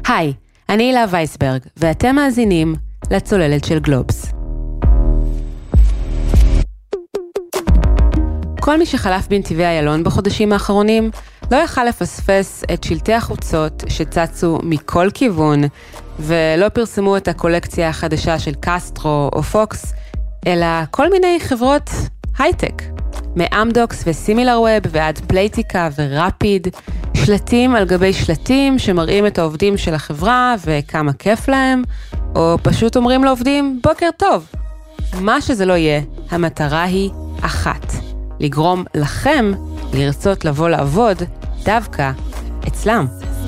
היי, אני הילה וייסברג, ואתם מאזינים לצוללת של גלובס. כל מי שחלף בנתיבי איילון בחודשים האחרונים לא יכל לפספס את שלטי החוצות שצצו מכל כיוון, ולא פרסמו את הקולקציה החדשה של קסטרו או פוקס, אלא כל מיני חברות הייטק. מאמדוקס וסימילר ווב ועד פלייטיקה ורפיד, שלטים על גבי שלטים שמראים את העובדים של החברה וכמה כיף להם, או פשוט אומרים לעובדים בוקר טוב. מה שזה לא יהיה, המטרה היא אחת, לגרום לכם לרצות לבוא לעבוד דווקא אצלם.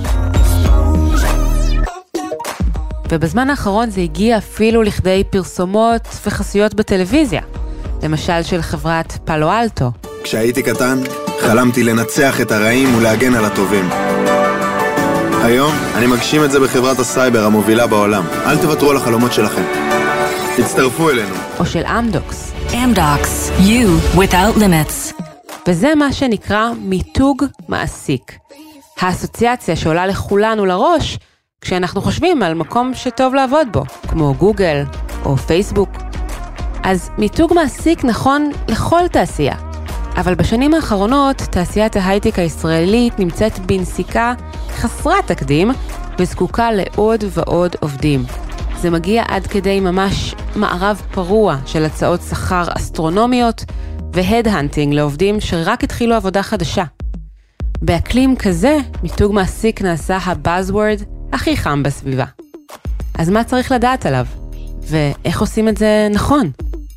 ובזמן האחרון זה הגיע אפילו לכדי פרסומות וחסויות בטלוויזיה, למשל של חברת פאלו אלטו. כשהייתי קטן, חלמתי לנצח את הרעים ולהגן על הטובים. היום אני מגשים את זה בחברת הסייבר המובילה בעולם. אל תוותרו על החלומות שלכם. תצטרפו אלינו. או של אמדוקס. Amdocs, you without limits. וזה מה שנקרא מיתוג מעסיק. האסוציאציה שעולה לכולנו לראש כשאנחנו חושבים על מקום שטוב לעבוד בו, כמו גוגל או פייסבוק. אז מיתוג מעסיק נכון לכל תעשייה. אבל בשנים האחרונות תעשיית ההייטק הישראלית נמצאת בנסיקה חסרת תקדים וזקוקה לעוד ועוד עובדים. זה מגיע עד כדי ממש מערב פרוע של הצעות שכר אסטרונומיות והד-הנטינג לעובדים שרק התחילו עבודה חדשה. באקלים כזה, מיתוג מעסיק נעשה הבאזוורד הכי חם בסביבה. אז מה צריך לדעת עליו? ואיך עושים את זה נכון?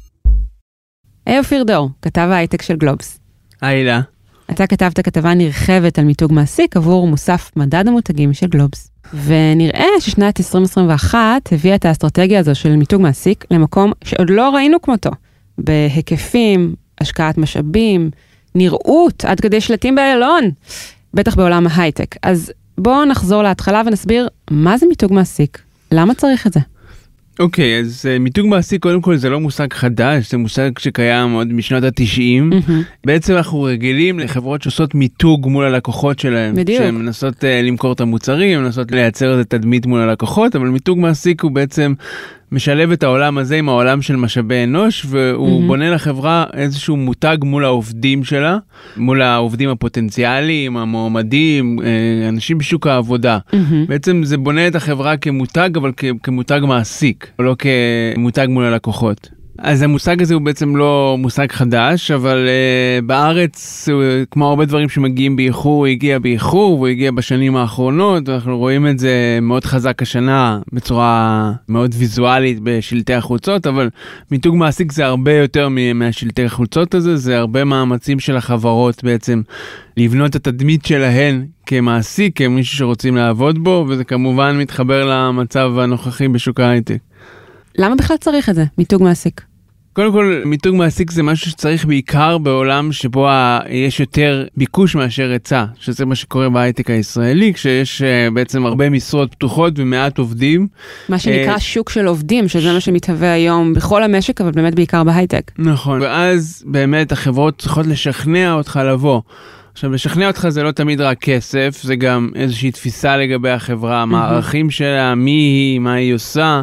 היי אופיר דור, כתב ההייטק של גלובס. הילה. אתה כתבת כתבה נרחבת על מיתוג מעסיק עבור מוסף מדד המותגים של גלובס. ונראה ששנת 2021 הביאה את האסטרטגיה הזו של מיתוג מעסיק למקום שעוד לא ראינו כמותו. בהיקפים, השקעת משאבים, נראות, עד כדי שלטים באיילון. בטח בעולם ההייטק. אז בואו נחזור להתחלה ונסביר מה זה מיתוג מעסיק. למה צריך את זה? אוקיי, אז מיתוג מעסיק קודם כל זה לא מושג חדש, זה מושג שקיים עוד משנות ה-90. בעצם אנחנו רגילים לחברות שעושות מיתוג מול הלקוחות שלהם. בדיוק. שהן מנסות למכור את המוצרים, מנסות לייצר את התדמית מול הלקוחות, אבל מיתוג מעסיק הוא בעצם משלב את העולם הזה עם העולם של משאבי אנוש, והוא בונה לחברה איזשהו מותג מול העובדים שלה, מול העובדים הפוטנציאליים, המועמדים, אנשים בשוק העבודה. בעצם זה בונה את החברה כמותג, אבל כמותג מעסיק, לא כמותג מול הלקוחות. אז המושג הזה הוא בעצם לא מושג חדש, אבל בארץ, כמו הרבה דברים שמגיעים באיחור, הוא הגיע באיחור, והוא הגיע בשנים האחרונות, ואנחנו רואים את זה מאוד חזק השנה, בצורה מאוד ויזואלית בשלטי החוצות, אבל מיתוג מעסיק זה הרבה יותר מהשלטי החוצות הזה, זה הרבה מאמצים של החברות בעצם לבנות את התדמית שלהן כמעסיק, כמישהו שרוצים לעבוד בו, וזה כמובן מתחבר למצב הנוכחי בשוק ההייטק. למה בכלל צריך את זה, מיתוג מעסיק? קודם כל, מיתוג מעסיק זה משהו שצריך בעיקר בעולם שבו יש יותר ביקוש מאשר היצע, שזה מה שקורה בהייטק הישראלי, כשיש בעצם הרבה משרות פתוחות ומעט עובדים. מה שנקרא שוק של עובדים, שזה מה שמתהווה היום בכל המשק, אבל באמת בעיקר בהייטק. נכון, ואז באמת החברות צריכות לשכנע אותך לבוא. עכשיו, לשכנע אותך זה לא תמיד רק כסף, זה גם איזושהי תפיסה לגבי החברה, מה הערכים שלה, מי היא, מה היא עושה,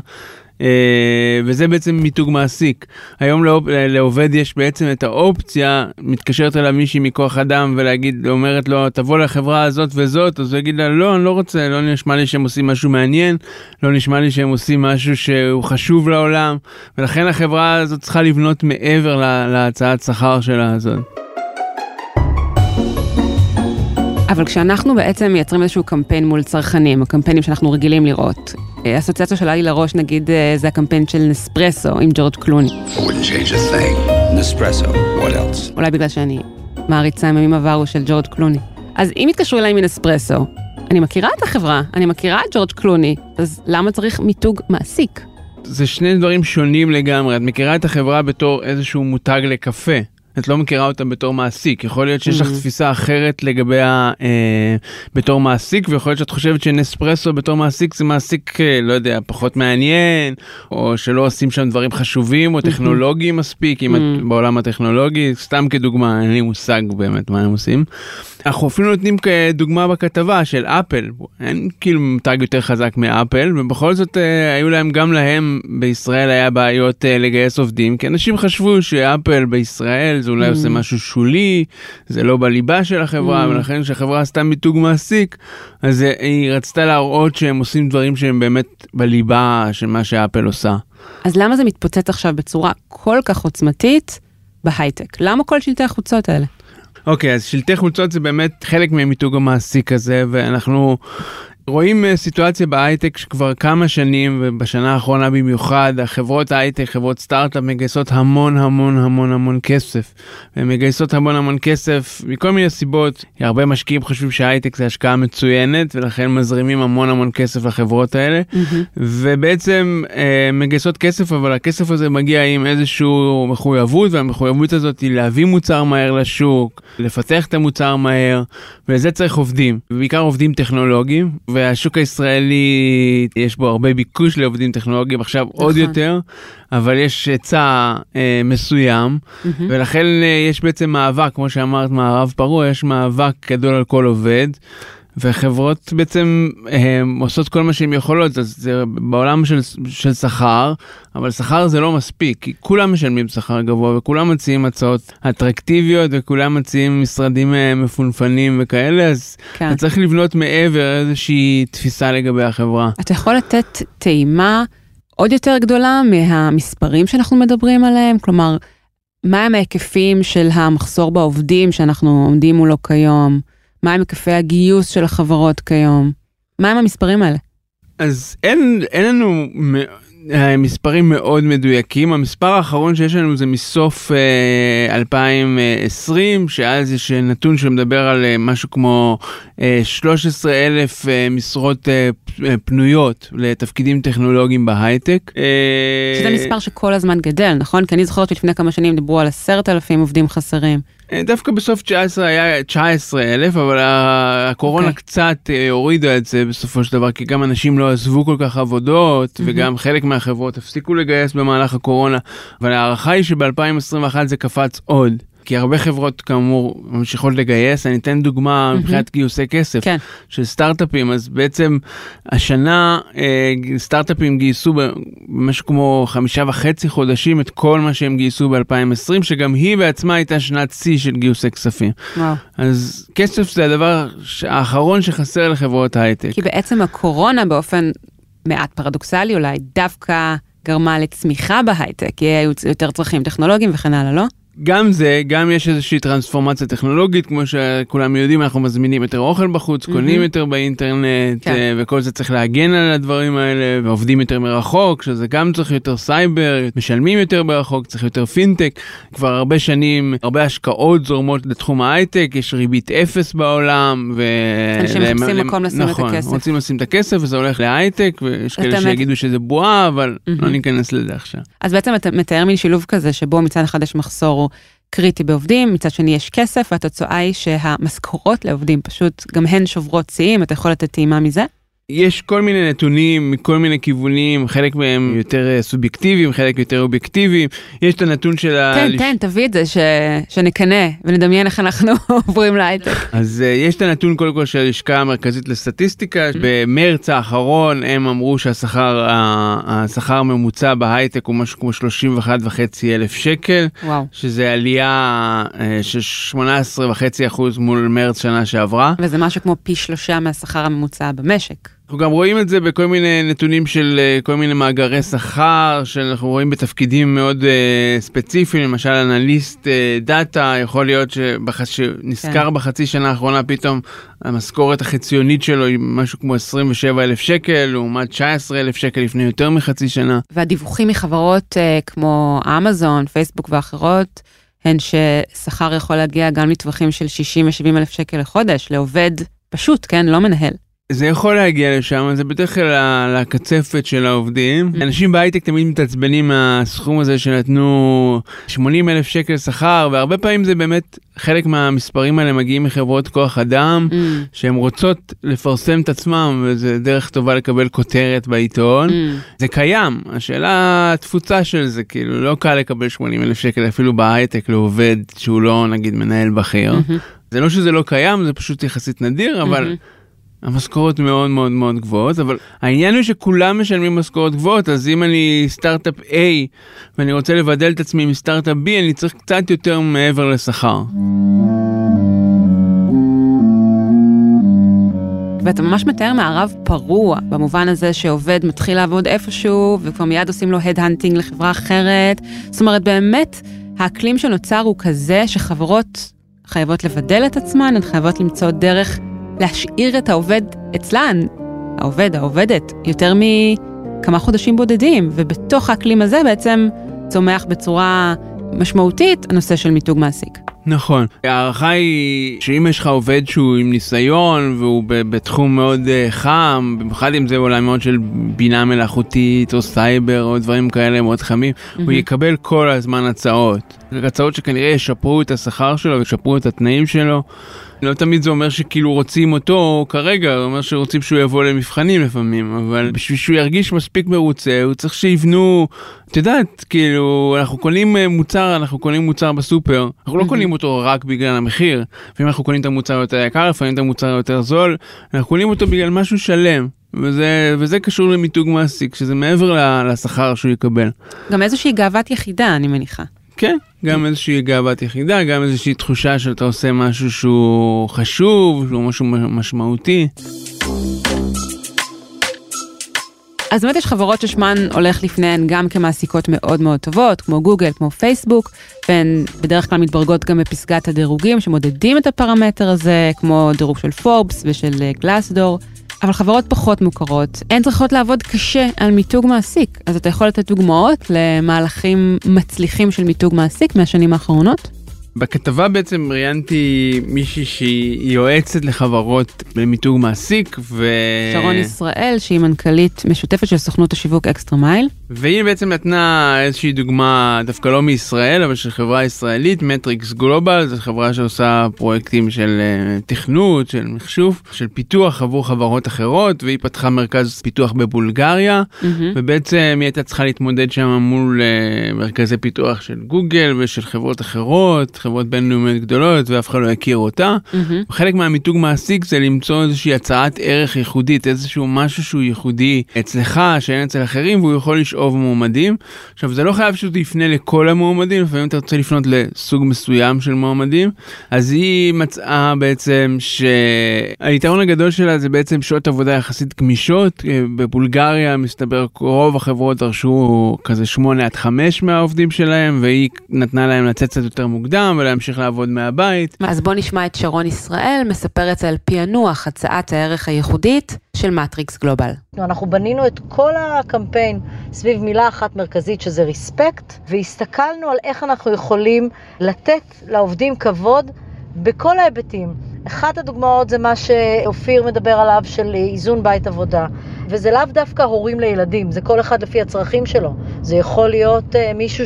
וזה בעצם מיתוג מעסיק. היום לעובד יש בעצם את האופציה, מתקשרת אליו מישהי מכוח אדם ולהגיד, אומרת לו, תבוא לחברה הזאת וזאת, אז הוא יגיד לה, לא, אני לא רוצה, לא נשמע לי שהם עושים משהו מעניין, לא נשמע לי שהם עושים משהו שהוא חשוב לעולם, ולכן החברה הזאת צריכה לבנות מעבר להצעת שכר שלה הזאת. אבל כשאנחנו בעצם מייצרים איזשהו קמפיין מול צרכנים, הקמפיינים שאנחנו רגילים לראות, האסוציאציה שעלה לי לראש, נגיד, זה הקמפיין של נספרסו עם ג'ורג' קלוני. נספרסו, what else? אולי בגלל שאני מעריצה ימים עברו של ג'ורג' קלוני. אז אם יתקשרו אליי מנספרסו, אני מכירה את החברה, אני מכירה את ג'ורג' קלוני, אז למה צריך מיתוג מעסיק? זה שני דברים שונים לגמרי. את מכירה את החברה בתור איזשהו מותג לקפה. את לא מכירה אותה בתור מעסיק. יכול להיות שיש לך תפיסה אחרת לגביה בתור מעסיק, ויכול להיות שאת חושבת שנספרסו בתור מעסיק זה מעסיק, לא יודע, פחות מעניין, או שלא עושים שם דברים חשובים, או טכנולוגיים מספיק, אם את בעולם הטכנולוגי, סתם כדוגמה, אין לי מושג באמת מה הם עושים. אנחנו אפילו נותנים כדוגמה בכתבה של אפל, אין כאילו מותג יותר חזק מאפל, ובכל זאת היו להם, גם להם בישראל היה בעיות לגייס עובדים, כי אנשים חשבו שאפל בישראל זה אולי עושה משהו שולי, זה לא בליבה של החברה, ולכן שהחברה עשתה מיתוג מעסיק, אז היא רצתה להראות שהם עושים דברים שהם באמת בליבה של מה שאפל עושה. אז למה זה מתפוצץ עכשיו בצורה כל כך עוצמתית בהייטק? למה כל שלטי החוצות האלה? אוקיי, אז שלטי חולצות זה באמת חלק ממיתוג המעסיק הזה, ואנחנו רואים סיטואציה בהייטק שכבר כמה שנים, ובשנה האחרונה במיוחד, החברות ההייטק, חברות סטארט-אפ, מגייסות המון כסף. והן מגייסות המון כסף מכל מיני סיבות. הרבה משקיעים חושבים שההייטק זה השקעה מצוינת, ולכן מזרימים המון כסף לחברות האלה. ובעצם מגייסות כסף, אבל הכסף הזה מגיע עם איזשהו מחויבות, והמחויבות הזאת היא להביא מוצר מהר לשוק, לפתח את המוצר מהר, ולזה צריך עובדים, ובעיקר עובדים טכנולוגיים. והשוק הישראלי, יש בו הרבה ביקוש לעובדים טכנולוגיים, עכשיו עוד יותר, אבל יש היצע מסוים, ולכן יש בעצם מאבק, כמו שאמרת, מערב פרוע, יש מאבק גדול על כל עובד, וחברות בעצם עושות כל מה שהן יכולות, אז זה בעולם של שכר, אבל שכר זה לא מספיק, כי כולם משלמים שכר גבוה, וכולם מציעים הצעות אטרקטיביות, וכולם מציעים משרדים מפונפנים וכאלה, אז אתה צריך לבנות מעבר איזושהי תפיסה לגבי החברה. אתה יכול לתת טעימה עוד יותר גדולה מהמספרים שאנחנו מדברים עליהם? כלומר, מה הם ההיקפים של המחסור בעובדים שאנחנו עומדים מולו כיום? מה הם היקפי הגיוס של החברות כיום? מה הם המספרים האלה? אז אין לנו מספרים מאוד מדויקים. המספר האחרון שיש לנו זה מסוף 2020, שאז יש נתון שמדבר על משהו כמו 13,000 משרות פנויות לתפקידים טכנולוגיים בהייטק. שזה מספר שכל הזמן גדל, נכון? כי אני זוכרת שלפני כמה שנים דיברו על 10,000 עובדים חסרים. דווקא בסוף 19 היה 19,000, אבל הקורונה קצת הורידה את זה בסופו של דבר, כי גם אנשים לא עזבו כל כך עבודות, וגם חלק מהחברות הפסיקו לגייס במהלך הקורונה, אבל הערכה היא שב-2021 זה קפץ עוד. כי הרבה חברות כאמור ממשיכות לגייס. אני אתן דוגמה מבחינת גיוסי כסף של סטארט-אפים. אז בעצם השנה סטארט-אפים גייסו במשהו כמו 5.5 חודשים את כל מה שהם גייסו ב-2020, שגם היא בעצמה הייתה שנת שיא של גיוסי כספים. אז כסף זה הדבר האחרון שחסר לחברות הייטק. כי בעצם הקורונה באופן מעט פרדוקסלי אולי דווקא גרמה לצמיחה בהייטק, כי היו יותר צרכים טכנולוגיים וכן הלאה, לא? גם זה, גם יש איזושהי טרנספורמציה טכנולוגית, כמו שכולם יודעים, אנחנו מזמינים יותר אוכל בחוץ, קונים יותר באינטרנט, וכל זה צריך להגן על הדברים האלה, ועובדים יותר מרחוק, שזה גם צריך יותר סייבר, משלמים יותר ברחוק, צריך יותר פינטק. כבר הרבה שנים, הרבה השקעות זורמות לתחום ההייטק, יש ריבית אפס בעולם, אנשים מחפשים מקום לשים את הכסף. נכון, רוצים לשים את הכסף, וזה הולך להייטק, ויש כאלה שיגידו שזה בועה, אבל לא ניכנס לזה עכשיו. אז בעצם אתה מתאר מין שילוב כזה, שבו מצד אחד יש מחסור קריטי בעובדים, מצד שני יש כסף, והתוצאה היא שהמשכורות לעובדים פשוט גם הן שוברות שיאים. אתה יכול לתת טעימה מזה? יש כל מיני נתונים מכל מיני כיוונים, חלק מהם יותר סובייקטיביים, חלק יותר אובייקטיביים. יש את הנתון של תן, תביא את זה שנקנה ונדמיין איך אנחנו עוברים להייטק. אז יש את הנתון קודם כל של הלשכה המרכזית לסטטיסטיקה. במרץ האחרון הם אמרו שהשכר הממוצע בהייטק הוא משהו כמו 31,500 שקל, שזה עלייה של 18.5% מול מרץ שנה שעברה. וזה משהו כמו פי 3 מהשכר הממוצע במשק. אנחנו גם רואים את זה בכל מיני נתונים של כל מיני מאגרי שכר, שאנחנו רואים בתפקידים מאוד ספציפיים, למשל אנליסט דאטה, יכול להיות שנזכר בחצי שנה האחרונה פתאום המשכורת החציונית שלו היא משהו כמו 27,000 שקל, לעומת 19,000 שקל לפני יותר מחצי שנה. והדיווחים מחברות כמו אמזון, פייסבוק ואחרות, הן ששכר יכול להגיע גם לטווחים של 60 ו-70,000 שקל לחודש, לעובד פשוט, כן, לא מנהל. זה יכול להגיע לשם, זה בדרך כלל לקצפת של העובדים. אנשים בהייטק תמיד מתעצבנים מהסכום הזה שנתנו 80,000 שקל שכר, והרבה פעמים זה באמת, חלק מהמספרים האלה מגיעים מחברות כוח אדם, שהן רוצות לפרסם את עצמם, וזה דרך טובה לקבל כותרת בעיתון. זה קיים, השאלה התפוצה של זה, כאילו לא קל לקבל 80,000 שקל אפילו בהייטק לעובד שהוא לא נגיד מנהל בכיר. זה לא שזה לא קיים, זה פשוט יחסית נדיר, אבל המשכורות מאוד מאוד מאוד גבוהות, אבל העניין הוא שכולם משלמים משכורות גבוהות, אז אם אני סטארט-אפ A ואני רוצה לבדל את עצמי מסטארט-אפ B, אני צריך קצת יותר מעבר לשכר. ואתה ממש מתאר מערב פרוע, במובן הזה שעובד מתחיל לעבוד איפשהו, וכבר מיד עושים לו headhunting לחברה אחרת. זאת אומרת, באמת, האקלים שנוצר הוא כזה שחברות חייבות לבדל את עצמן, הן חייבות למצוא דרך להשאיר את העובד אצלן, העובדת, יותר מכמה חודשים בודדים, ובתוך האקלים הזה בעצם צומח בצורה משמעותית הנושא של מיתוג מעסיק. נכון. הערכה היא שאם יש לך עובד שהוא עם ניסיון והוא בתחום מאוד חם, במיוחד אם זה אולי מאוד של בינה מלאכותית או סייבר או דברים כאלה מאוד חמים, הוא יקבל כל הזמן הצעות שכנראה ישפרו את השכר שלו וישפרו את התנאים שלו. לא תמיד זה אומר שכאילו רוצים אותו כרגע, זה אומר שרוצים שהוא יבוא למבחנים לפעמים, אבל בשביל שהוא ירגיש מספיק מרוצה, הוא צריך שיבנו, את יודעת, כאילו, אנחנו קונים מוצר בסופר, אנחנו לא קונים אותו רק בגלל המחיר, לפעמים אנחנו קונים את המוצר יותר יקר, לפעמים את המוצר יותר זול, אנחנו קונים אותו בגלל משהו שלם, וזה קשור למיתוג מעסיק, שזה מעבר לשכר שהוא יקבל. גם איזושהי גאוות יחידה, אני מניחה. כן, גם איזושהי גאוות יחידה, גם איזושהי תחושה שאתה עושה משהו שהוא חשוב, שהוא משהו משמעותי. אז באמת יש חברות ששמן הולך לפניהן גם כמעסיקות מאוד מאוד טובות, כמו גוגל, כמו פייסבוק, והן בדרך כלל מתברגות גם בפסגת הדירוגים שמודדים את הפרמטר הזה, כמו דירוג של פורבס ושל גלאסדור. אבל חברות פחות מוכרות, הן צריכות לעבוד קשה על מיתוג מעסיק. אז אתה יכול לתת דוגמאות למהלכים מצליחים של מיתוג מעסיק מהשנים האחרונות? בכתבה ראיינתי מישהי שהיא יועצת לחברות במיתוג מעסיק, שרון ישראל, שהיא מנכ"לית משותפת של סוכנות השיווק אקסטרה מייל. והיא בעצם נתנה איזושהי דוגמה, דווקא לא מישראל, אבל של חברה ישראלית, מטריקס גלובל, זו חברה שעושה פרויקטים של תכנות, של מחשוב, של פיתוח עבור חברות אחרות, והיא פתחה מרכז פיתוח בבולגריה, ובעצם היא הייתה צריכה להתמודד שם מול מרכזי פיתוח של גוגל ושל חברות אחרות, חברות בינלאומיות גדולות, ואף אחד לא יכיר אותה. חלק מהמיתוג מעסיק זה למצוא איזושהי הצעת ערך ייחודית, איזשהו משהו שהוא ייחודי אצלך, שאין אצל אחרים, והוא יכול לשאוב מועמדים. עכשיו, זה לא חייב שאתה יפנה לכל המועמדים, לפעמים אתה רוצה לפנות לסוג מסוים של מועמדים. אז היא מצאה בעצם שהיתרון הגדול שלה זה בעצם שעות עבודה יחסית גמישות. בבולגריה מסתבר רוב החברות דרשו כזה 8-5 מהעובדים שלהם, והיא נתנה להם לצאת קצת יותר מוקדם, ולהמשיך לעבוד מהבית. אז בוא נשמע את שרון ישראל, מספרת על פענוח הצעת הערך הייחודית של מטריקס גלובל. אנחנו בנינו את כל הקמפיין סביב מילה אחת מרכזית שזה ריספקט, והסתכלנו על איך אנחנו יכולים לתת לעובדים כבוד בכל ההיבטים. אחת הדוגמאות זה מה שאופיר מדבר עליו של איזון בית עבודה, וזה לאו דווקא הורים לילדים, זה כל אחד לפי הצרכים שלו. זה יכול להיות מישהו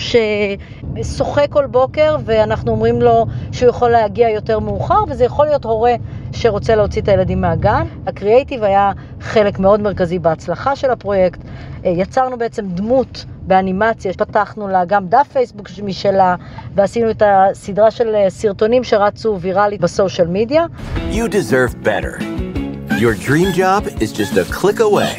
ששוחק כל בוקר ואנחנו אומרים לו שהוא יכול להגיע יותר מאוחר, וזה יכול להיות הורה שרוצה להוציא את הילדים מהגן. הקריאייטיב היה חלק מאוד מרכזי בהצלחה של הפרויקט. יצרנו בעצם דמות באנימציה, פתחנו לה גם דף פייסבוק משלה, ועשינו את הסדרה של סרטונים שרצו ויראלית בסושיאל מדיה. You deserve better. Your dream job is just a click away.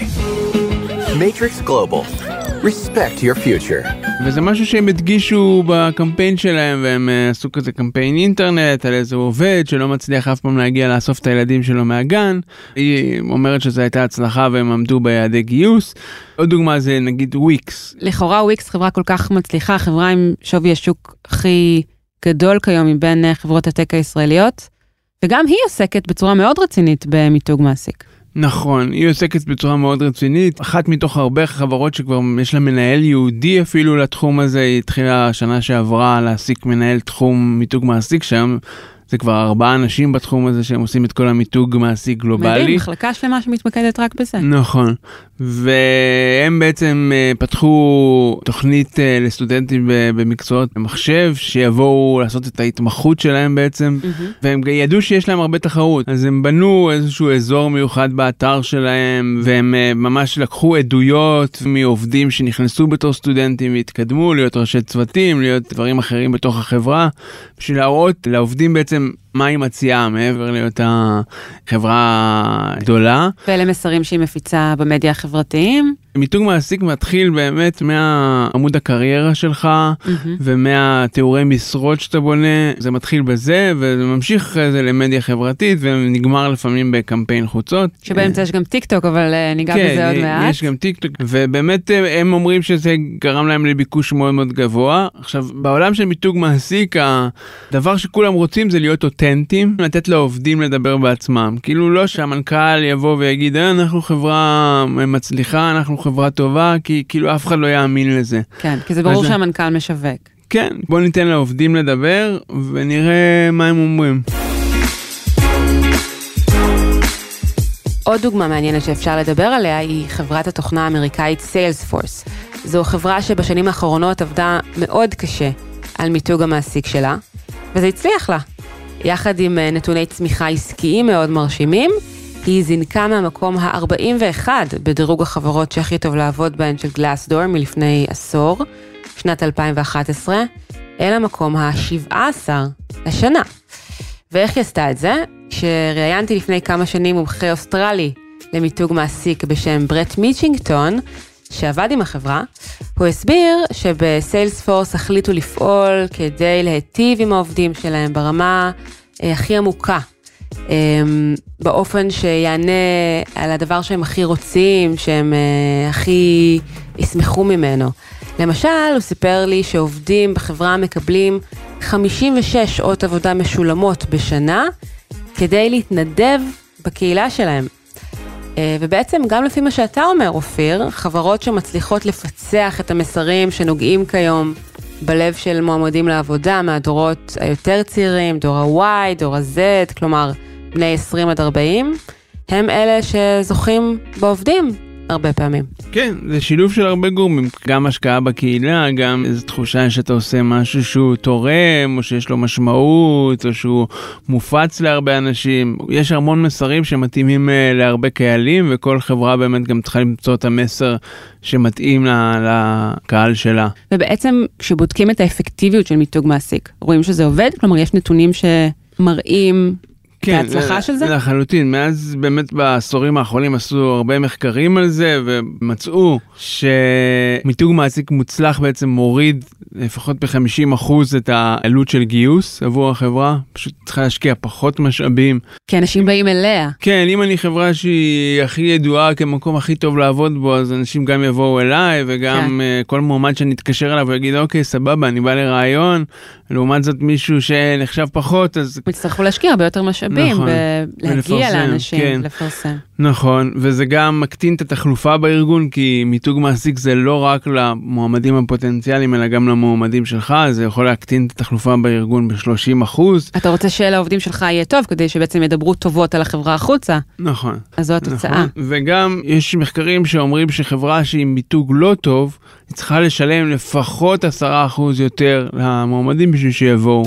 Matrix Global. Respect your future. וזה משהו שהם הדגישו בקמפיין שלהם, והם עשו כזה קמפיין אינטרנט על איזה עובד שלא מצליח אף פעם להגיע לאסוף את הילדים שלו מהגן. היא אומרת שזו הייתה הצלחה והם עמדו ביעדי גיוס. עוד דוגמה זה נגיד וויקס. לכאורה וויקס חברה כל כך מצליחה, חברה עם שווי השוק הכי גדול כיום מבין חברות הטק הישראליות, וגם היא עוסקת בצורה מאוד רצינית במיתוג מעסיק. נכון, היא עוסקת בצורה מאוד רצינית. אחת מתוך הרבה חברות שכבר יש לה מנהל יהודי אפילו לתחום הזה, היא התחילה השנה שעברה להעסיק מנהל תחום מיתוג מעסיק, שם זה כבר 4 אנשים בתחום הזה שהם עושים את כל המיתוג מעסיק גלובלי. מדהים, מחלקה שלמה שמתמקדת רק בזה. נכון, והם בעצם פתחו תוכנית לסטודנטים במקצועות מחשב, שיבואו לעשות את ההתמחות שלהם בעצם, והם ידעו שיש להם הרבה תחרות, אז הם בנו איזשהו אזור מיוחד באתר שלהם, והם ממש לקחו עדויות מעובדים שנכנסו בתור סטודנטים, והתקדמו להיות ראשי צוותים, להיות דברים אחרים בתוך החברה, בשביל להראות לעובדים בעצם מה היא מציעה מעבר להיות החברה גדולה. ואלה מסרים שהיא מפיצה במדיה החברתיים. מיתוג מעסיק מתחיל באמת מהעמוד הקריירה שלך, ומהתיאורי משרות שאתה בונה, זה מתחיל בזה, וזה ממשיך אחרי זה למדיה חברתית, ונגמר לפעמים בקמפיין חוצות. שבאמצע יש גם טיק טוק, אבל ניגע בזה עוד מעט. כן, יש גם טיק טוק, ובאמת הם אומרים שזה גרם להם לביקוש מאוד מאוד גבוה. עכשיו, בעולם של מיתוג מעסיק, הדבר שכולם רוצים זה להיות אותנטיים, לתת לעובדים לדבר בעצמם. כאילו לא שהמנכ"ל יבוא ויגיד, אנחנו חברה מצליחה, אנחנו חברה טובה, כי כאילו אף אחד לא יאמין לזה. כן, כי זה ברור שהמנכ"ל משווק. כן, בוא ניתן לעובדים לדבר, ונראה מה הם אומרים. עוד דוגמה מעניינת שאפשר לדבר עליה היא חברת התוכנה האמריקאית Salesforce. זו חברה שבשנים האחרונות עבדה מאוד קשה על מיתוג המעסיק שלה, וזה הצליח לה. יחד עם נתוני צמיחה עסקיים מאוד מרשימים, היא זינקה מהמקום ה-41 בדירוג החברות שהכי טוב לעבוד בהן של גלאסדור מלפני עשור, שנת 2011, אל המקום ה-17 השנה. ואיך היא עשתה את זה? כשראיינתי לפני כמה שנים מומחה אוסטרלי למיתוג מעסיק בשם ברט מיצ'ינגטון, שעבד עם החברה, הוא הסביר שבסיילספורס החליטו לפעול כדי להיטיב עם העובדים שלהם ברמה הכי עמוקה, באופן שיענה על הדבר שהם הכי רוצים, שהם הכי ישמחו ממנו. למשל, הוא סיפר לי שעובדים בחברה מקבלים 56 שעות עבודה משולמות בשנה, כדי להתנדב בקהילה שלהם. ובעצם גם לפי מה שאתה אומר, אופיר, חברות שמצליחות לפצח את המסרים שנוגעים כיום בלב של מועמדים לעבודה, מהדורות היותר צעירים, דור ה-Y, דור ה-Z, כלומר בני 20 עד 40, הם אלה שזוכים בעובדים הרבה פעמים. כן, זה שילוב של הרבה גורמים, גם השקעה בקהילה, גם איזו תחושה שאתה עושה משהו שהוא תורם, או שיש לו משמעות, או שהוא מופץ להרבה אנשים. יש המון מסרים שמתאימים להרבה קהלים, וכל חברה באמת גם צריכה למצוא את המסר שמתאים לקהל שלה. ובעצם כשבודקים את האפקטיביות של מיתוג מעסיק, רואים שזה עובד? כלומר, יש נתונים שמראים את ההצלחה של זה? כן, לחלוטין. מאז באמת בעשורים האחרונים עשו הרבה מחקרים על זה, ומצאו שמיתוג מעסיק מוצלח בעצם מוריד לפחות ב-50% את העלות של גיוס עבור החברה. פשוט צריכה להשקיע פחות משאבים. כי אנשים באים אליה. כן, אם אני חברה שהיא הכי ידועה כמקום הכי טוב לעבוד בו, אז אנשים גם יבואו אליי, וגם כל מועמד שנתקשר אליו ויגיד, אוקיי, סבבה, אני בא לרעיון, לעומת זאת מישהו שנחשב פחות, אז יצטרכו להשקיע הרבה יותר משאבים, ולהגיע לאנשים, לפרסם. נכון, וזה גם מקטין את התחלופה בארגון, כי מיתוג מעסיק זה לא רק למועמדים הפוטנציאליים, אלא גם למועמדים שלך, זה יכול להקטין את התחלופה בארגון ב-30%. אתה רוצה שלעובדים שלך יהיה טוב, כדי שבעצם ידברו טובות על החברה החוצה. נכון. אז זו התוצאה. נכון. וגם יש מחקרים שאומרים שחברה שהיא מיתוג לא טוב, היא צריכה לשלם לפחות 10% יותר למועמדים בשביל שיבואו.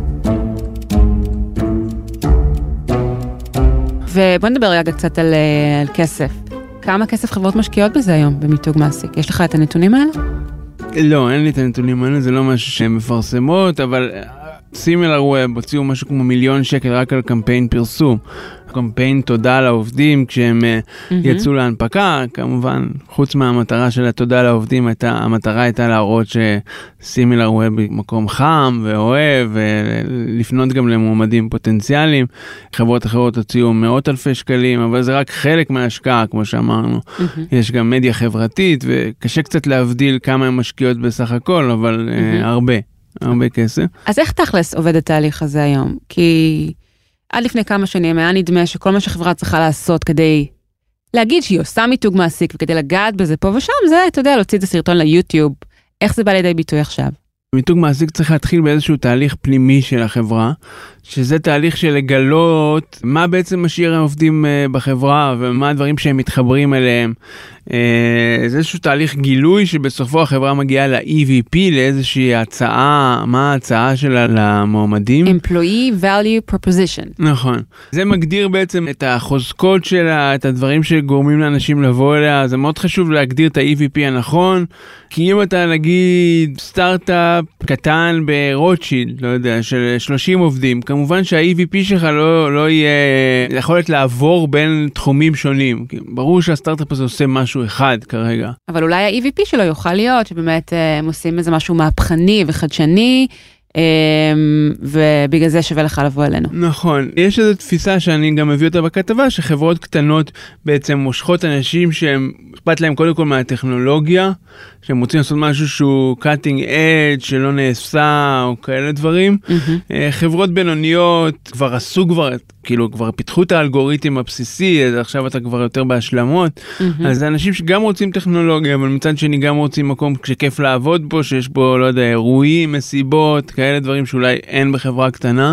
ובוא נדבר רגע קצת על כסף. כמה כסף חברות משקיעות בזה היום במיתוג מעסיק? יש לך את הנתונים האלה? לא, אין לי את הנתונים האלה, זה לא משהו שהן מפרסמות, אבל סימילרווב הוציאו משהו כמו $1,000,000 רק על קמפיין פרסום. קמפיין תודה לעובדים כשהם יצאו להנפקה, כמובן, חוץ מהמטרה של התודה לעובדים, המטרה הייתה להראות שסימילרווב במקום חם ואוהב, ולפנות גם למועמדים פוטנציאליים. חברות אחרות הוציאו $100,000, אבל זה רק חלק מההשקעה, כמו שאמרנו. יש גם מדיה חברתית, וקשה קצת להבדיל כמה הן משקיעות בסך הכל, אבל הרבה כסף. אז איך תכלס עובד התהליך הזה היום? כי עד לפני כמה שנים היה נדמה שכל מה שחברה צריכה לעשות כדי להגיד שהיא עושה מיתוג מעסיק וכדי לגעת בזה פה ושם, זה, אתה יודע, להוציא את הסרטון ליוטיוב. איך זה בא לידי ביטוי עכשיו? מיתוג מעסיק צריך להתחיל באיזשהו תהליך פנימי של החברה, שזה תהליך של לגלות מה בעצם משאיר העובדים בחברה ומה הדברים שהם מתחברים אליהם. זה איזשהו תהליך גילוי שבסופו החברה מגיעה ל-EVP, לאיזושהי הצעה, מה ההצעה שלה למועמדים? Employee Value Proposition. נכון. זה מגדיר בעצם את החוזקות שלה, את הדברים שגורמים לאנשים לבוא אליה. זה מאוד חשוב להגדיר את ה-EVP הנכון, כי אם אתה נגיד סטארט-אפ קטן ברוטשילד, לא יודע, של 30 עובדים, כמובן שה-EVP שלך לא יהיה יכולת לעבור בין תחומים שונים. ברור שהסטארט-אפ הזה עושה משהו אחד כרגע. אבל אולי ה-EVP שלו יוכל להיות שבאמת הם עושים איזה משהו מהפכני וחדשני, ובגלל זה שווה לך לבוא אלינו. נכון, יש איזו תפיסה שאני גם מביא אותה בכתבה, שחברות קטנות בעצם מושכות אנשים שהם אכפת להם קודם כל מהטכנולוגיה, שהם רוצים לעשות משהו שהוא cutting edge, שלא נעשה או כאלה דברים. חברות בינוניות כבר עשו כבר פיתחו את האלגוריתם הבסיסי, אז עכשיו אתה כבר יותר בהשלמות. אז זה אנשים שגם רוצים טכנולוגיה, אבל מצד שני גם רוצים מקום שכיף לעבוד בו, שיש בו, לא יודע, אירועים, מסיבות, כאלה דברים שאולי אין בחברה קטנה.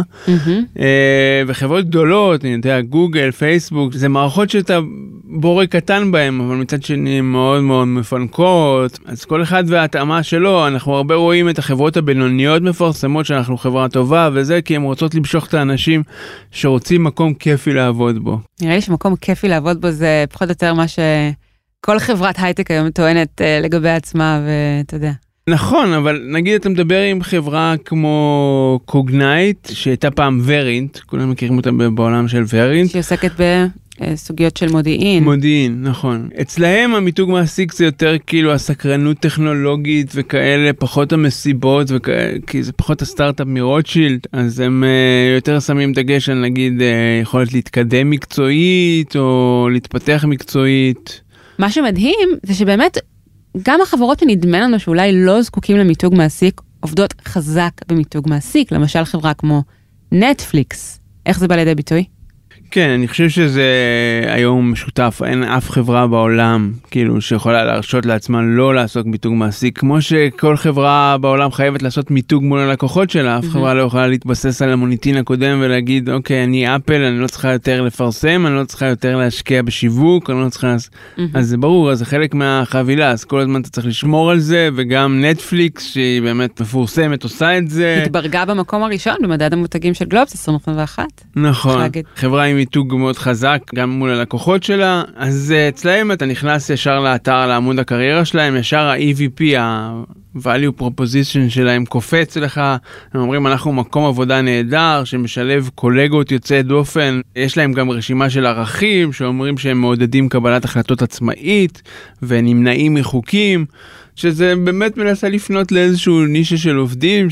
וחברות גדולות, אני יודע, גוגל, פייסבוק, זה מערכות שאתה בורא קטן בהם, אבל מצד שני מאוד מאוד מפנקות. אז כל אחד וההתאמה שלו, אנחנו הרבה רואים את החברות הבינוניות מפרסמות שאנחנו חברה טובה, וזה כי הן רוצות למשוך את האנשים שרוצים מקום כיפי לעבוד בו. נראה לי שמקום כיפי לעבוד בו זה פחות או יותר מה שכל חברת הייטק היום טוענת לגבי עצמה, ואתה יודע. נכון, אבל נגיד אתה מדבר עם חברה כמו קוגנייט, שהייתה פעם ורינט, כולם מכירים אותה בעולם של ורינט. שהיא עוסקת בסוגיות של מודיעין. מודיעין, נכון. אצלהם המיתוג מעסיק זה יותר כאילו הסקרנות טכנולוגית וכאלה, פחות המסיבות, כי זה פחות הסטארט-אפ מרוטשילד, אז הם יותר שמים דגש על נגיד יכולת להתקדם מקצועית או להתפתח מקצועית. מה שמדהים זה שבאמת גם החברות שנדמה לנו שאולי לא זקוקים למיתוג מעסיק, עובדות חזק במיתוג מעסיק, למשל חברה כמו נטפליקס. איך זה בא לידי ביטוי? כן, אני חושב שזה היום משותף, אין אף חברה בעולם כאילו שיכולה להרשות לעצמה לא לעסוק מיתוג מעסיק, כמו שכל חברה בעולם חייבת לעשות מיתוג מול הלקוחות שלה, אף חברה לא יכולה להתבסס על המוניטין הקודם ולהגיד, אוקיי, אני אפל, אני לא צריכה יותר לפרסם, אני לא צריכה יותר להשקיע בשיווק, אני לא צריכה... אז זה ברור, אז זה חלק מהחבילה, אז כל הזמן אתה צריך לשמור על זה, וגם נטפליקס, שהיא באמת מפורסמת, עושה את זה. התברגה במקום הראשון במדד המותגים של גלובס 2021. נכון, חברה עם מיתוג מאוד חזק, גם מול הלקוחות שלה, אז אצלהם אתה נכנס ישר לאתר, לעמוד הקריירה שלהם, ישר ה-EVP, ה-Value Proposition שלהם קופץ לך, הם אומרים אנחנו מקום עבודה נהדר, שמשלב קולגות יוצאי דופן, יש להם גם רשימה של ערכים, שאומרים שהם מעודדים קבלת החלטות עצמאית, ונמנעים מחוקים, שזה באמת מנסה לפנות לאיזשהו נישה של עובדים,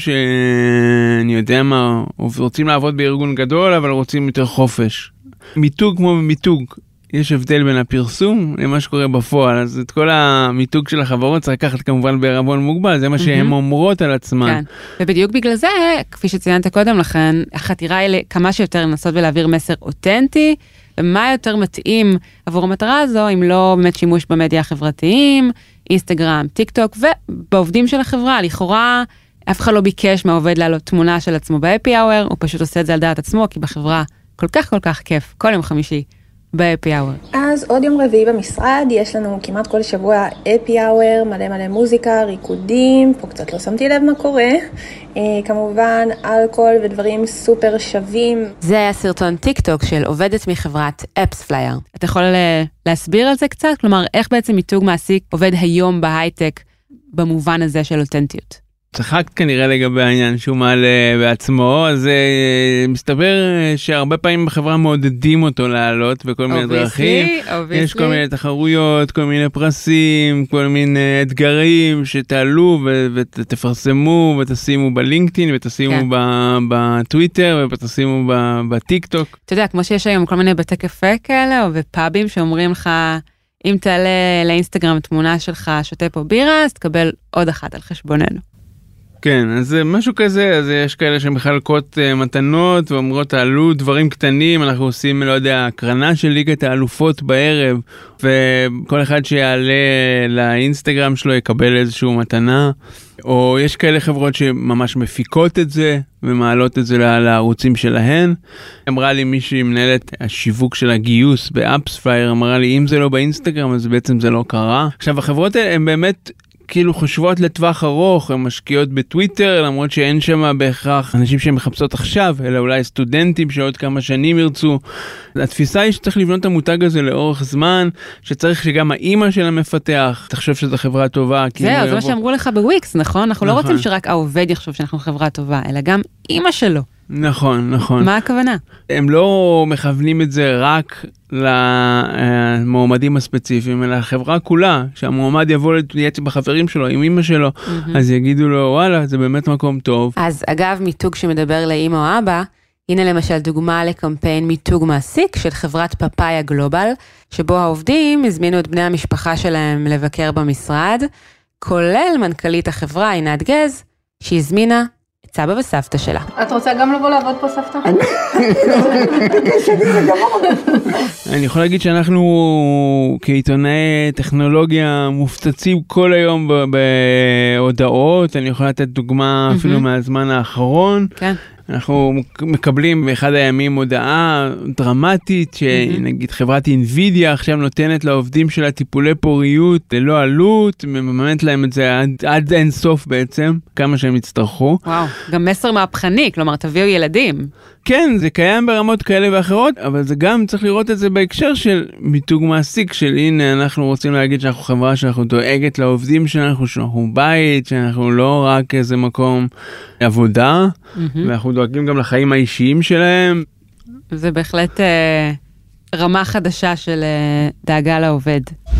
שאני יודע מה, רוצים לעבוד בארגון גדול, אבל רוצים יותר חופש. מיתוג כמו מיתוג, יש הבדל בין הפרסום למה שקורה בפועל, אז את כל המיתוג של החברות צריך לקחת כמובן בערבון מוגבל, זה מה שהן אומרות על עצמן. כן, ובדיוק בגלל זה, כפי שציינת קודם לכן, החתירה היא כמה שיותר לנסות ולהעביר מסר אותנטי, ומה יותר מתאים עבור המטרה הזו, אם לא באמת שימוש במדיה החברתיים, אינסטגרם, טיק טוק, ובעובדים של החברה, לכאורה, אף אחד לא ביקש מהעובד לעלות תמונה של עצמו בהפי אאואר, הוא פשוט עושה את זה על דעת עצמו, כי בחברה כל כך כיף, כל יום חמישי בהפי אאואר. אז עוד יום רביעי במשרד, יש לנו כמעט כל שבוע הפי אאואר, מלא מוזיקה, ריקודים, פה קצת לא שמתי לב מה קורה, כמובן אלכוהול ודברים סופר שווים. זה היה סרטון טיק טוק של עובדת מחברת אפס פלייר. אתה יכול להסביר על זה קצת? כלומר, איך בעצם מיתוג מעסיק עובד היום בהייטק במובן הזה של אותנטיות? צחקת כנראה לגבי העניין שהוא מעלה בעצמו, אז מסתבר שהרבה פעמים בחברה מעודדים אותו לעלות בכל מיני דרכים. יש כל מיני תחרויות, כל מיני פרסים, כל מיני אתגרים שתעלו ותפרסמו ותשימו בלינקדאין ותשימו בטוויטר ותשימו בטיק טוק. אתה יודע, כמו שיש היום כל מיני בתי קפה כאלה או בפאבים שאומרים לך, אם תעלה לאינסטגרם תמונה שלך שותה פה בירה, אז תקבל עוד אחת על חשבוננו. כן, אז משהו כזה, אז יש כאלה שמחלקות מתנות ואומרות תעלו דברים קטנים, אנחנו עושים, לא יודע, הקרנה של ליגת האלופות בערב, וכל אחד שיעלה לאינסטגרם שלו יקבל איזשהו מתנה. או יש כאלה חברות שממש מפיקות את זה ומעלות את זה לערוצים שלהן. אמרה לי מישהי מנהלת השיווק של הגיוס באפספייר, אמרה לי אם זה לא באינסטגרם אז בעצם זה לא קרה. עכשיו החברות האלה הן באמת כאילו חושבות לטווח ארוך, הן משקיעות בטוויטר, למרות שאין שם בהכרח אנשים שהן מחפשות עכשיו, אלא אולי סטודנטים שעוד כמה שנים ירצו. התפיסה היא שצריך לבנות את המותג הזה לאורך זמן, שצריך שגם האמא של המפתח תחשוב שזו חברה טובה. זהו, זה מה שאמרו לך בוויקס, נכון? אנחנו לא רוצים שרק העובד יחשוב שאנחנו חברה טובה, אלא גם אמא שלו. נכון, נכון. מה הכוונה? הם לא מכוונים את זה רק למועמדים הספציפיים, אלא החברה כולה, שהמועמד יבוא להתייעץ בחברים שלו, עם אמא שלו, אז יגידו לו, וואלה, זה באמת מקום טוב. אז אגב, מיתוג שמדבר לאמא או אבא, הנה למשל דוגמה לקמפיין מיתוג מעסיק של חברת פאפאיה גלובל, שבו העובדים הזמינו את בני המשפחה שלהם לבקר במשרד, כולל מנכ"לית החברה, עינת גז, שהזמינה את סבא וסבתא שלה. את רוצה גם לבוא לעבוד פה, סבתא? אני יכול להגיד שאנחנו כעיתונאי טכנולוגיה מופצצים כל היום בהודעות. אני יכול לתת דוגמה אפילו מהזמן האחרון. כן. אנחנו מקבלים באחד הימים הודעה דרמטית שנגיד חברת אינווידיה עכשיו נותנת לעובדים שלה טיפולי פוריות ללא עלות, מממנת להם את זה עד אין סוף בעצם, כמה שהם יצטרכו. וואו, גם מסר מהפכני, כלומר תביאו ילדים. כן, זה קיים ברמות כאלה ואחרות, אבל זה גם צריך לראות את זה בהקשר של מיתוג מעסיק, של הנה אנחנו רוצים להגיד שאנחנו חברה שאנחנו דואגת לעובדים שלנו, שאנחנו בית, שאנחנו לא רק איזה מקום עבודה, ואנחנו דואגים גם לחיים האישיים שלהם. זה בהחלט רמה חדשה של דאגה לעובד.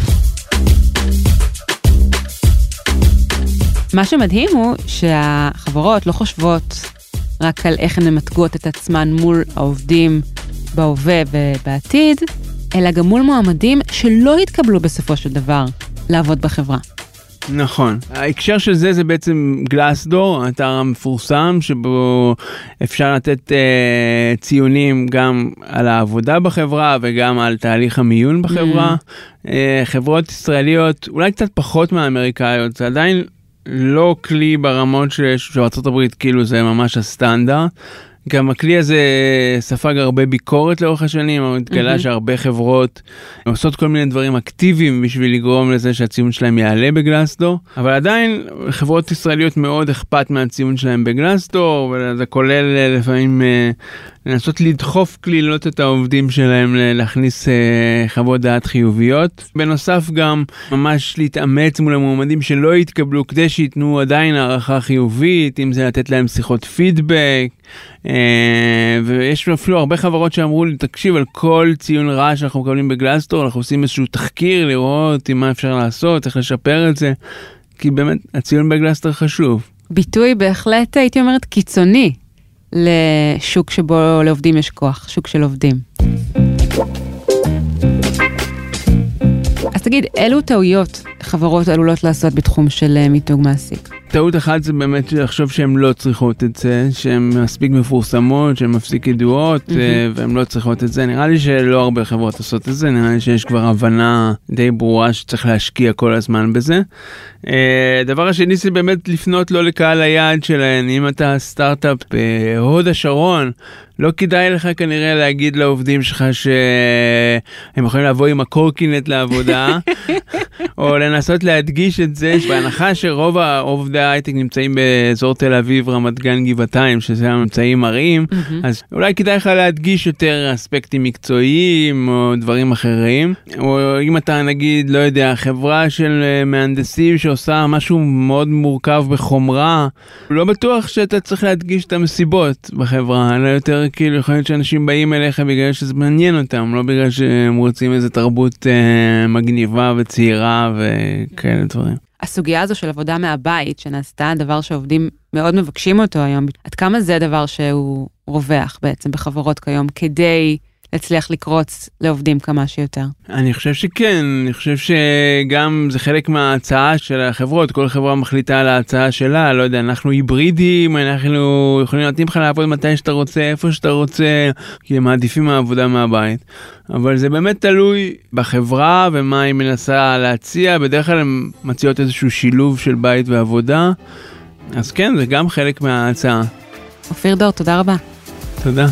מה שמדהים הוא שהחברות לא חושבות רק על איך הן ממתגות את עצמן מול העובדים בהווה ובעתיד, אלא גם מול מועמדים שלא יתקבלו בסופו של דבר לעבוד בחברה. נכון. ההקשר של זה בעצם גלאסדור, האתר המפורסם שבו אפשר לתת ציונים גם על העבודה בחברה וגם על תהליך המיון בחברה. חברות ישראליות, אולי קצת פחות מהאמריקאיות, זה עדיין לא כלי ברמות שבארצות הברית כאילו זה ממש הסטנדרט. גם הכלי הזה ספג הרבה ביקורת לאורך השנים, אבל התגלה שהרבה חברות עושות כל מיני דברים אקטיביים בשביל לגרום לזה שהציון שלהם יעלה בגלאסדור, אבל עדיין חברות ישראליות מאוד אכפת מהציון שלהם בגלאסדור, וזה כולל לפעמים לנסות לדחוף כלילות את העובדים שלהם להכניס חוות דעת חיוביות. בנוסף גם ממש להתאמץ מול המועמדים שלא יתקבלו כדי שיתנו עדיין הערכה חיובית, אם זה לתת להם שיחות פידבק, ויש אפילו הרבה חברות שאמרו לי, תקשיב, על כל ציון רע שאנחנו מקבלים בגלאסדור, אנחנו עושים איזשהו תחקיר לראות מה אפשר לעשות, איך לשפר את זה, כי באמת הציון בגלאסדור חשוב. ביטוי בהחלט הייתי אומרת קיצוני לשוק שבו לעובדים יש כוח, שוק של עובדים. אז תגיד, אילו טעויות חברות עלולות לעשות בתחום של מיתוג מעסיק? טעות אחת זה באמת לחשוב שהן לא צריכות את זה, שהן מספיק מפורסמות, שהן מפסיק ידועות, והן לא צריכות את זה. נראה לי שלא הרבה חברות עושות את זה, נראה לי שיש כבר הבנה די ברורה שצריך להשקיע כל הזמן בזה. דבר השני זה באמת לפנות לא לקהל היעד שלהן. אם אתה סטארט-אפ בהוד השרון, לא כדאי לך כנראה להגיד לעובדים שלך שהם יכולים לבוא עם הקורקינט לעבודה, או לנסות להדגיש את זה, בהנחה שרוב עובדי ההייטק נמצאים באזור תל אביב, רמת גן, גבעתיים, שזה הממצאים מראים, אז אולי כדאי לך להדגיש יותר אספקטים מקצועיים או דברים אחרים, או אם אתה נגיד, לא יודע, חברה של מהנדסים שעושה משהו מאוד מורכב בחומרה, לא בטוח שאתה צריך להדגיש את המסיבות בחברה, אלא יותר כאילו יכול להיות שאנשים באים אליך בגלל שזה מעניין אותם, לא בגלל שהם רוצים איזו תרבות מגניבה וצעירה וכאלה דברים. הסוגיה הזו של עבודה מהבית שנעשתה, דבר שעובדים מאוד מבקשים אותו היום, עד כמה זה דבר שהוא רווח בעצם בחברות כיום, כדי להצליח לקרוץ לעובדים כמה שיותר? אני חושב שכן, אני חושב שגם זה חלק מההצעה של החברות, כל חברה מחליטה על ההצעה שלה, לא יודע, אנחנו היברידים, אנחנו יכולים להתאים לך לעבוד מתי שאתה רוצה, איפה שאתה רוצה, כי הם מעדיפים העבודה מהבית. אבל זה באמת תלוי בחברה ומה היא מנסה להציע, בדרך כלל הם מציעות איזשהו שילוב של בית ועבודה, אז כן, זה גם חלק מההצעה. אופיר דור, תודה רבה. תודה.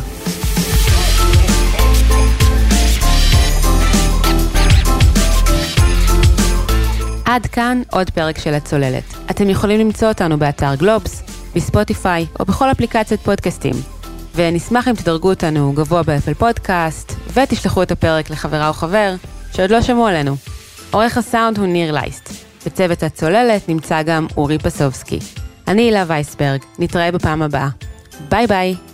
עד כאן עוד פרק של הצוללת. אתם יכולים למצוא אותנו באתר גלובס, בספוטיפיי או בכל אפליקציית פודקאסטים. ונשמח אם תדרגו אותנו גבוה באפל פודקאסט, ותשלחו את הפרק לחברה או חבר שעוד לא שמעו עלינו. עורך הסאונד הוא ניר לייסט. בצוות הצוללת נמצא גם אורי פסובסקי. אני הילה וייסברג, נתראה בפעם הבאה. ביי ביי.